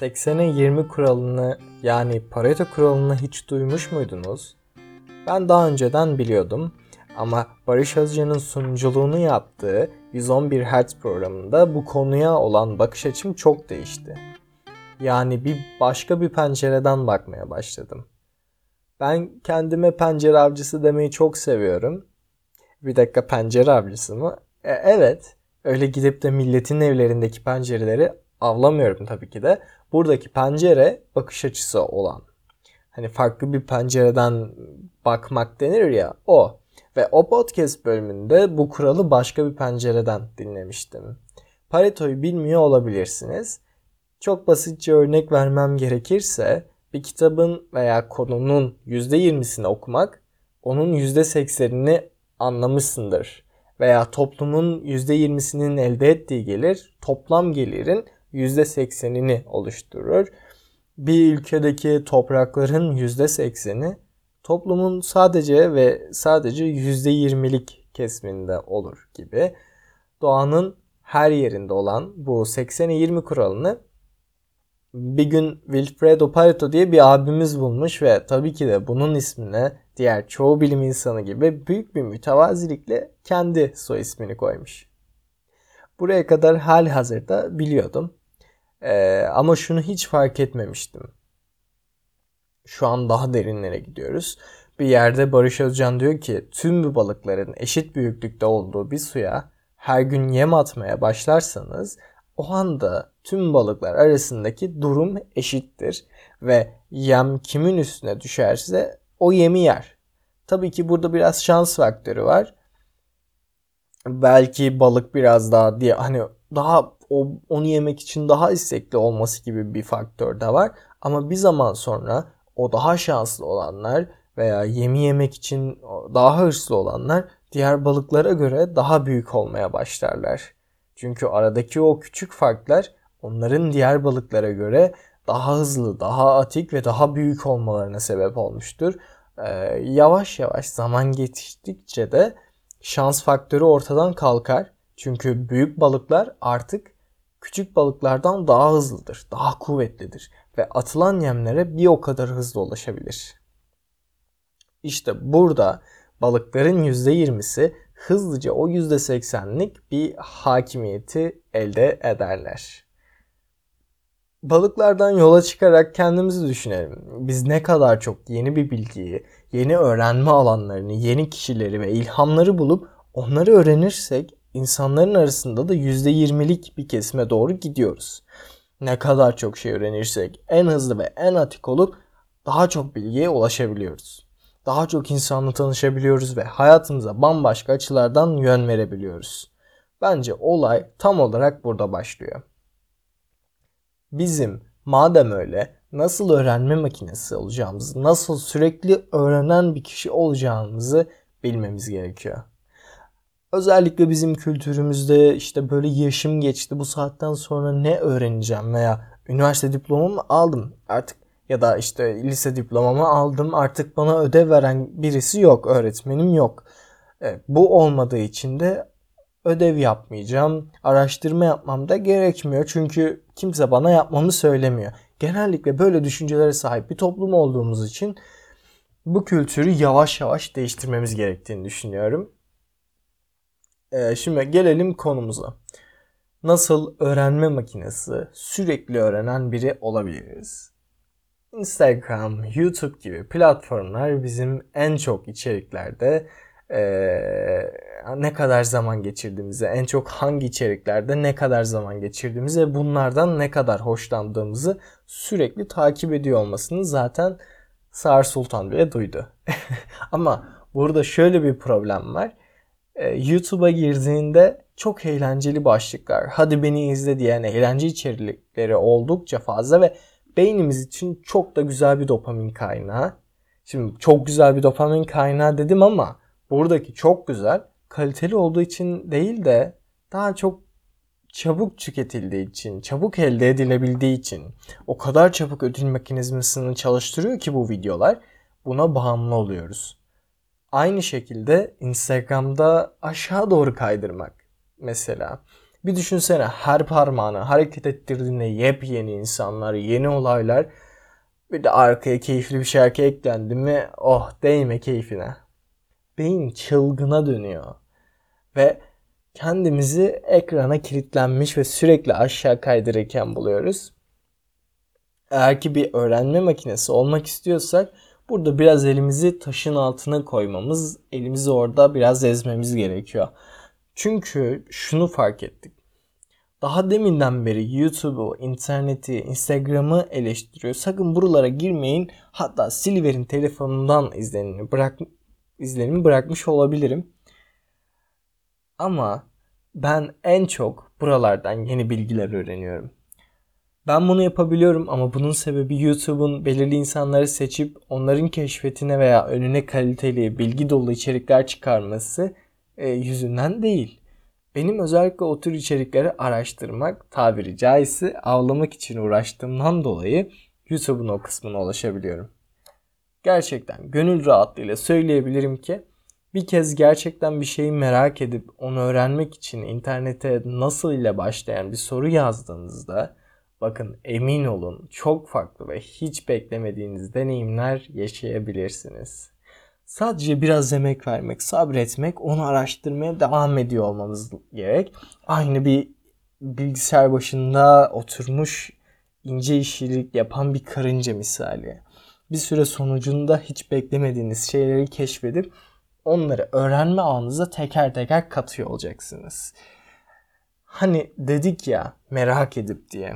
80'e 20 kuralını yani Pareto kuralını hiç duymuş muydunuz? Ben daha önceden biliyordum ama Barış Özcan'ın sunuculuğunu yaptığı 111 Hz programında bu konuya olan bakış açım çok değişti. Yani başka bir pencereden bakmaya başladım. Ben kendime pencere avcısı demeyi çok seviyorum. Bir dakika, pencere avcısı mı? Evet. Öyle gidip de milletin evlerindeki pencereleri avlamıyorum tabii ki de. Buradaki pencere bakış açısı olan. Hani farklı bir pencereden bakmak denir ya, o. Ve o podcast bölümünde bu kuralı başka bir pencereden dinlemiştim. Pareto'yu bilmiyor olabilirsiniz. Çok basitçe örnek vermem gerekirse bir kitabın veya konunun %20'sini okumak onun %80'ini anlamışsındır. Veya toplumun %20'sinin elde ettiği gelir toplam gelirin %80'ini oluşturur. Bir ülkedeki toprakların %80'i toplumun sadece ve sadece %20'lik kesiminde olur gibi. Doğanın her yerinde olan bu 80'e 20 kuralını bir gün Vilfredo Pareto diye bir abimiz bulmuş ve tabii ki de bunun ismine diğer çoğu bilim insanı gibi büyük bir mütevazilikle kendi soy ismini koymuş. Buraya kadar halihazırda biliyordum. Ama şunu hiç fark etmemiştim. Şu an daha derinlere gidiyoruz. Bir yerde Barış Özcan diyor ki tüm bu balıkların eşit büyüklükte olduğu bir suya her gün yem atmaya başlarsanız o anda tüm balıklar arasındaki durum eşittir ve yem kimin üstüne düşerse o yemi yer. Tabii ki burada biraz şans faktörü var. Belki balık biraz daha daha onu yemek için daha istekli olması gibi bir faktör de var. Ama bir zaman sonra o daha şanslı olanlar veya yemi yemek için daha hırslı olanlar diğer balıklara göre daha büyük olmaya başlarlar. Çünkü aradaki o küçük farklar onların diğer balıklara göre daha hızlı, daha atik ve daha büyük olmalarına sebep olmuştur. Yavaş yavaş zaman geçtikçe de şans faktörü ortadan kalkar. Çünkü büyük balıklar artık küçük balıklardan daha hızlıdır, daha kuvvetlidir ve atılan yemlere bir o kadar hızlı ulaşabilir. İşte burada balıkların %20'si hızlıca o %80'lik bir hakimiyeti elde ederler. Balıklardan yola çıkarak kendimizi düşünelim. Biz ne kadar çok yeni bir bilgiyi, yeni öğrenme alanlarını, yeni kişileri ve ilhamları bulup onları öğrenirsek insanların arasında da %20'lik bir kesime doğru gidiyoruz. Ne kadar çok şey öğrenirsek en hızlı ve en atik olup daha çok bilgiye ulaşabiliyoruz. Daha çok insanla tanışabiliyoruz ve hayatımıza bambaşka açılardan yön verebiliyoruz. Bence olay tam olarak burada başlıyor. Bizim madem öyle nasıl öğrenme makinesi olacağımızı, nasıl sürekli öğrenen bir kişi olacağımızı bilmemiz gerekiyor. Özellikle bizim kültürümüzde işte böyle yaşım geçti, bu saatten sonra ne öğreneceğim veya üniversite diplomamı aldım artık ya da işte lise diplomamı aldım artık bana ödev veren birisi yok, öğretmenim yok. Bu olmadığı için de ödev yapmayacağım, araştırma yapmam da gerekmiyor çünkü kimse bana yapmamı söylemiyor. Genellikle böyle düşüncelere sahip bir toplum olduğumuz için bu kültürü yavaş yavaş değiştirmemiz gerektiğini düşünüyorum. Şimdi gelelim konumuza. Nasıl öğrenme makinesi sürekli öğrenen biri olabiliriz? Instagram, YouTube gibi platformlar bizim en çok içeriklerde ne kadar zaman geçirdiğimizi, en çok hangi içeriklerde ne kadar zaman geçirdiğimizi ve bunlardan ne kadar hoşlandığımızı sürekli takip ediyor olmasını zaten Sağır Sultan bile duydu. Ama burada şöyle bir problem var. YouTube'a girdiğinde çok eğlenceli başlıklar, hadi beni izle diyen eğlence içerikleri oldukça fazla ve beynimiz için çok da güzel bir dopamin kaynağı. Şimdi çok güzel bir dopamin kaynağı dedim ama buradaki çok güzel kaliteli olduğu için değil de daha çok çabuk tüketildiği için, çabuk elde edilebildiği için o kadar çabuk ödül mekanizmasını çalıştırıyor ki bu videolar, buna bağımlı oluyoruz. Aynı şekilde Instagram'da aşağı doğru kaydırmak mesela. Bir düşünsene, her parmağını hareket ettirdiğinde yepyeni insanlar, yeni olaylar. Bir de arkaya keyifli bir şarkı eklendi mi, oh değme keyfine. Beyin çılgına dönüyor. Ve kendimizi ekrana kilitlenmiş ve sürekli aşağı kaydırırken buluyoruz. Eğer ki bir öğrenme makinesi olmak istiyorsak burada biraz elimizi taşın altına koymamız, elimizi orada biraz ezmemiz gerekiyor. Çünkü şunu fark ettik. Daha deminden beri YouTube'u, interneti, Instagram'ı eleştiriyor. Sakın buralara girmeyin. Hatta siliverin telefonundan izlenimi bırakmış olabilirim. Ama ben en çok buralardan yeni bilgiler öğreniyorum. Ben bunu yapabiliyorum ama bunun sebebi YouTube'un belirli insanları seçip onların keşfetine veya önüne kaliteli, bilgi dolu içerikler çıkarması yüzünden değil. Benim özellikle o tür içerikleri araştırmak, tabiri caizse avlamak için uğraştığımdan dolayı YouTube'un o kısmına ulaşabiliyorum. Gerçekten gönül rahatlığıyla söyleyebilirim ki bir kez gerçekten bir şeyi merak edip onu öğrenmek için internete nasıl ile başlayan bir soru yazdığınızda bakın emin olun çok farklı ve hiç beklemediğiniz deneyimler yaşayabilirsiniz. Sadece biraz emek vermek, sabretmek, onu araştırmaya devam ediyor olmamız gerek. Aynı bir bilgisayar başında oturmuş ince işçilik yapan bir karınca misali. Bir süre sonucunda hiç beklemediğiniz şeyleri keşfedip onları öğrenme anınıza teker teker katıyor olacaksınız. Hani dedik ya merak edip diye.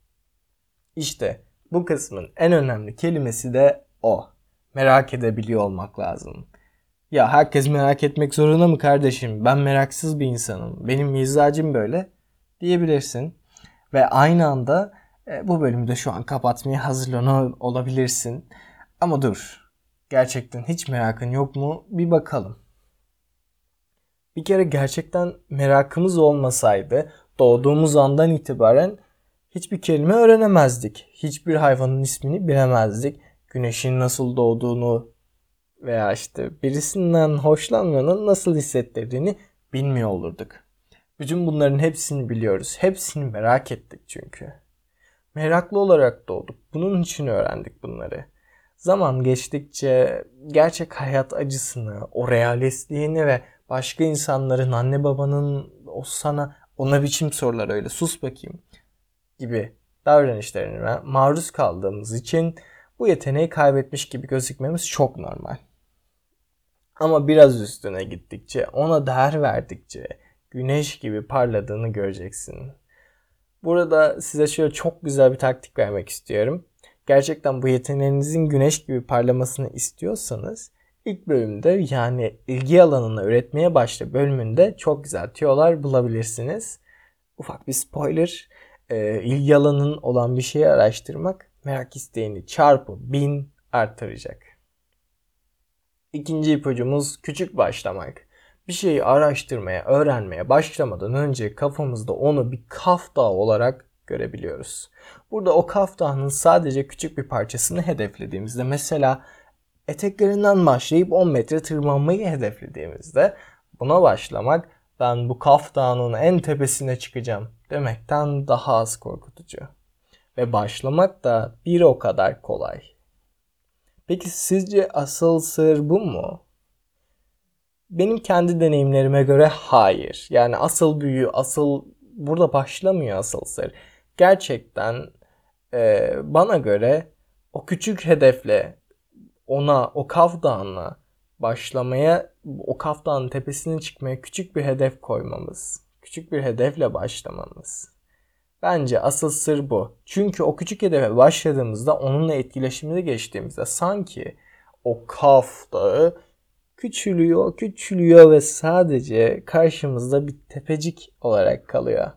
İşte bu kısmın en önemli kelimesi de o. Merak edebiliyor olmak lazım. Ya herkes merak etmek zorunda mı kardeşim? Ben meraksız bir insanım. Benim mizacım böyle diyebilirsin. Ve aynı anda bu bölümü de şu an kapatmaya hazırlanıyor olabilirsin. Ama dur. Gerçekten hiç merakın yok mu? Bir bakalım. Bir kere gerçekten merakımız olmasaydı doğduğumuz andan itibaren hiçbir kelime öğrenemezdik. Hiçbir hayvanın ismini bilemezdik. Güneşin nasıl doğduğunu veya işte birisinden hoşlanmanın nasıl hissettirdiğini bilmiyor olurduk. Bütün bunların hepsini biliyoruz. Hepsini merak ettik çünkü. Meraklı olarak doğduk. Bunun için öğrendik bunları. Zaman geçtikçe gerçek hayat acısını, o realistliğini ve başka insanların, anne babanın ona biçim sorular öyle sus bakayım gibi davranışlarına maruz kaldığımız için bu yeteneği kaybetmiş gibi gözükmemiz çok normal. Ama biraz üstüne gittikçe, ona değer verdikçe güneş gibi parladığını göreceksin. Burada size şöyle çok güzel bir taktik vermek istiyorum. Gerçekten bu yeteneğinizin güneş gibi parlamasını istiyorsanız ilk bölümde yani ilgi alanını üretmeye başla bölümünde çok güzel tüyolar bulabilirsiniz. Ufak bir spoiler. İlgi alanın olan bir şeyi araştırmak merak isteğini çarpı 1000 artıracak. İkinci ipucumuz küçük başlamak. Bir şeyi araştırmaya, öğrenmeye başlamadan önce kafamızda onu bir Kaf Dağı olarak görebiliyoruz. Burada o Kaf Dağı'nın sadece küçük bir parçasını hedeflediğimizde, mesela eteklerinden başlayıp 10 metre tırmanmayı hedeflediğimizde buna başlamak ben bu Kaf Dağı'nın en tepesine çıkacağım demekten daha az korkutucu. Ve başlamak da bir o kadar kolay. Peki sizce asıl sır bu mu? Benim kendi deneyimlerime göre hayır. Yani asıl büyü, burada başlamıyor asıl sır. Gerçekten bana göre o küçük hedefle o Kaf Dağı'na başlamaya, o Kaf Dağı'nın tepesine çıkmaya küçük bir hedef koymamız. Küçük bir hedefle başlamamız. Bence asıl sır bu. Çünkü o küçük hedefe başladığımızda, onunla etkileşimine geçtiğimizde sanki o Kaf Dağı küçülüyor ve sadece karşımızda bir tepecik olarak kalıyor.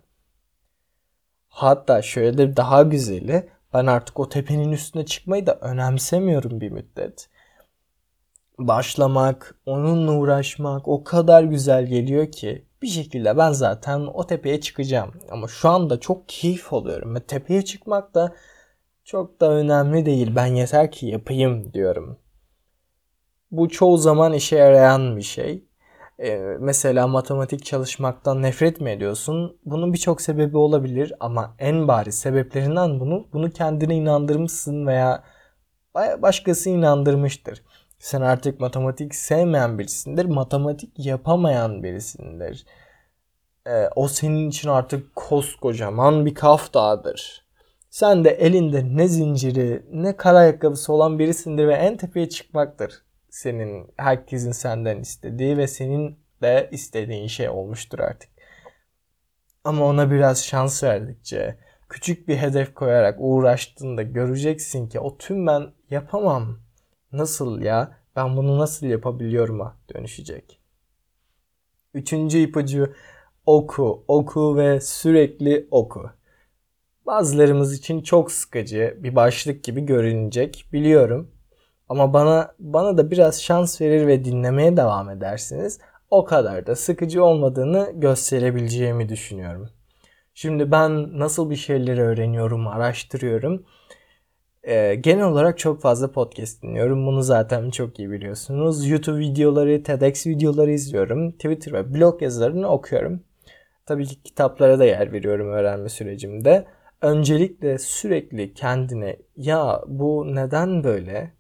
Hatta şöyle de daha güzeli, ben artık o tepenin üstüne çıkmayı da önemsemiyorum bir müddet. Başlamak, onunla uğraşmak o kadar güzel geliyor ki bir şekilde ben zaten o tepeye çıkacağım. Ama şu anda çok keyif alıyorum ve tepeye çıkmak da çok da önemli değil. Ben yeter ki yapayım diyorum. Bu çoğu zaman işe yarayan bir şey. Mesela matematik çalışmaktan nefret mi ediyorsun? Bunun birçok sebebi olabilir ama en bariz sebeplerinden bunu kendine inandırmışsın veya başkası inandırmıştır. Sen artık matematik sevmeyen birisindir, matematik yapamayan birisindir. O senin için artık koskocaman bir Kaf Dağı'dır. Sen de elinde ne zinciri ne kara ayakkabısı olan birisindir ve en tepeye çıkmaktır senin, herkesin senden istediği ve senin de istediğin şey olmuştur artık. Ama ona biraz şans verdikçe, küçük bir hedef koyarak uğraştığında göreceksin ki o tüm ben yapamam. Nasıl ya? Ben bunu nasıl yapabiliyorum'a dönüşecek. Üçüncü ipucu: oku, oku ve sürekli oku. Bazılarımız için çok sıkıcı bir başlık gibi görünecek, biliyorum. Ama bana da biraz şans verir ve dinlemeye devam edersiniz. O kadar da sıkıcı olmadığını gösterebileceğimi düşünüyorum. Şimdi ben nasıl bir şeyleri öğreniyorum, araştırıyorum. Genel olarak çok fazla podcast dinliyorum. Bunu zaten çok iyi biliyorsunuz. YouTube videoları, TEDx videoları izliyorum. Twitter ve blog yazılarını okuyorum. Tabii ki kitaplara da yer veriyorum öğrenme sürecimde. Öncelikle sürekli kendine ya bu neden böyle?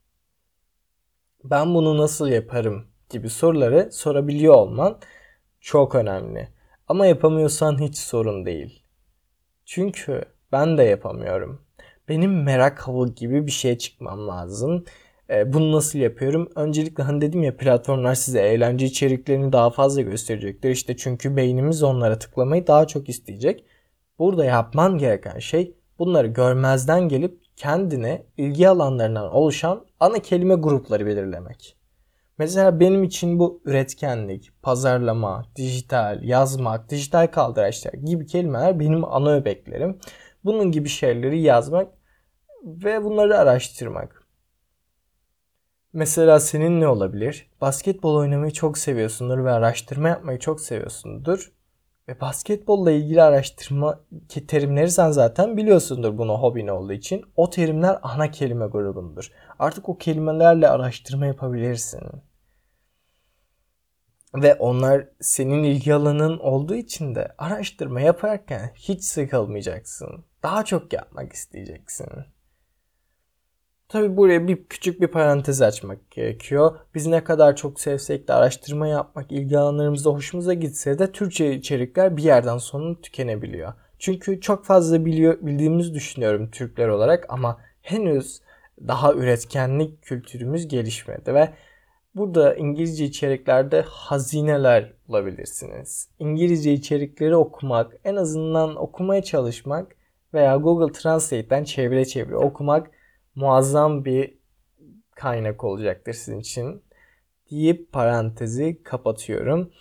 Ben bunu nasıl yaparım gibi soruları sorabiliyor olman çok önemli. Ama yapamıyorsan hiç sorun değil. Çünkü ben de yapamıyorum. Benim merak havı gibi bir şeye çıkmam lazım. Bunu nasıl yapıyorum? Öncelikle hani dedim ya, platformlar size eğlence içeriklerini daha fazla gösterecektir. İşte çünkü beynimiz onlara tıklamayı daha çok isteyecek. Burada yapman gereken şey bunları görmezden gelip kendine ilgi alanlarından oluşan ana kelime grupları belirlemek. Mesela benim için bu üretkenlik, pazarlama, dijital, yazmak, dijital kaldıraçlar gibi kelimeler benim ana öbeklerim. Bunun gibi şeyleri yazmak ve bunları araştırmak. Mesela senin ne olabilir? Basketbol oynamayı çok seviyorsundur ve araştırma yapmayı çok seviyorsundur. Ve basketbolla ilgili araştırma terimleri sen zaten biliyorsundur, bunu hobin olduğu için. O terimler ana kelime grubundur. Artık o kelimelerle araştırma yapabilirsin. Ve onlar senin ilgi alanın olduğu için de araştırma yaparken hiç sıkılmayacaksın. Daha çok yapmak isteyeceksin. Tabii buraya küçük bir parantez açmak gerekiyor. Biz ne kadar çok sevsek de araştırma yapmak ilgi alanlarımızda hoşumuza gitse de Türkçe içerikler bir yerden sonra tükenebiliyor. Çünkü çok fazla bildiğimizi düşünüyorum Türkler olarak ama henüz daha üretkenlik kültürümüz gelişmedi ve burada İngilizce içeriklerde hazineler bulabilirsiniz. İngilizce içerikleri okumak, en azından okumaya çalışmak veya Google Translate'ten çevire okumak muazzam bir kaynak olacaktır sizin için deyip parantezi kapatıyorum.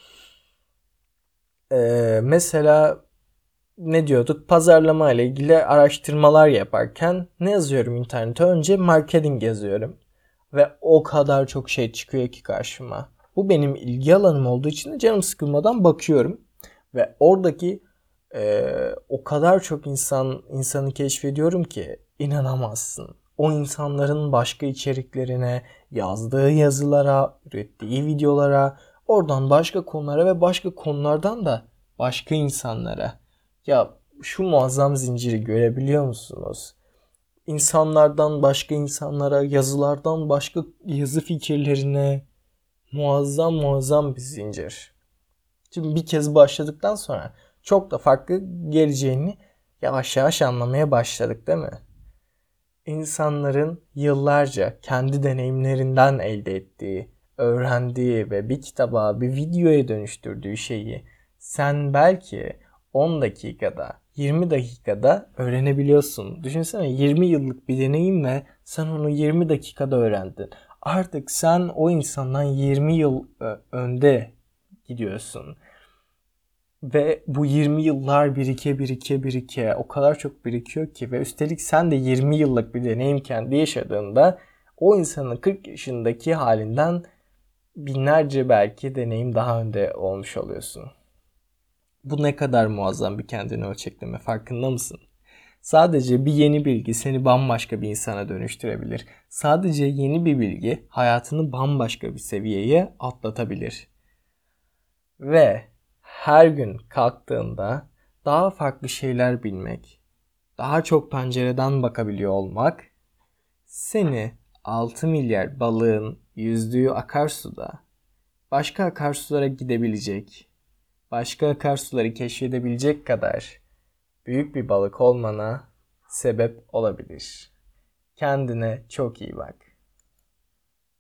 Mesela ne diyorduk? Pazarlama ile ilgili araştırmalar yaparken ne yazıyorum internete? Önce marketing yazıyorum. Ve o kadar çok şey çıkıyor ki karşıma. Bu benim ilgi alanım olduğu için de canım sıkılmadan bakıyorum. Ve oradaki o kadar çok insanı keşfediyorum ki inanamazsın. O insanların başka içeriklerine, yazdığı yazılara, ürettiği videolara, oradan başka konulara ve başka konulardan da başka insanlara. Ya şu muazzam zinciri görebiliyor musunuz? İnsanlardan başka insanlara, yazılardan başka yazı fikirlerine, muazzam bir zincir. Şimdi bir kez başladıktan sonra çok da farklı geleceğini yavaş yavaş anlamaya başladık, değil mi? İnsanların yıllarca kendi deneyimlerinden elde ettiği, öğrendiği ve bir kitaba, bir videoya dönüştürdüğü şeyi sen belki 10 dakikada, 20 dakikada öğrenebiliyorsun. Düşünsene, 20 yıllık bir deneyimle sen onu 20 dakikada öğrendin. Artık sen o insandan 20 yıl önde gidiyorsun. Ve bu 20 yıllar birike o kadar çok birikiyor ki ve üstelik sen de 20 yıllık bir deneyim kendi yaşadığında o insanın 40 yaşındaki halinden binlerce belki deneyim daha önde olmuş oluyorsun. Bu ne kadar muazzam bir kendini ölçekleme, farkında mısın? Sadece bir yeni bilgi seni bambaşka bir insana dönüştürebilir. Sadece yeni bir bilgi hayatını bambaşka bir seviyeye atlatabilir. ve her gün kalktığında daha farklı şeyler bilmek, daha çok pencereden bakabiliyor olmak seni 6 milyar balığın yüzdüğü akarsuda başka akarsulara gidebilecek, başka akarsuları keşfedebilecek kadar büyük bir balık olmana sebep olabilir. Kendine çok iyi bak.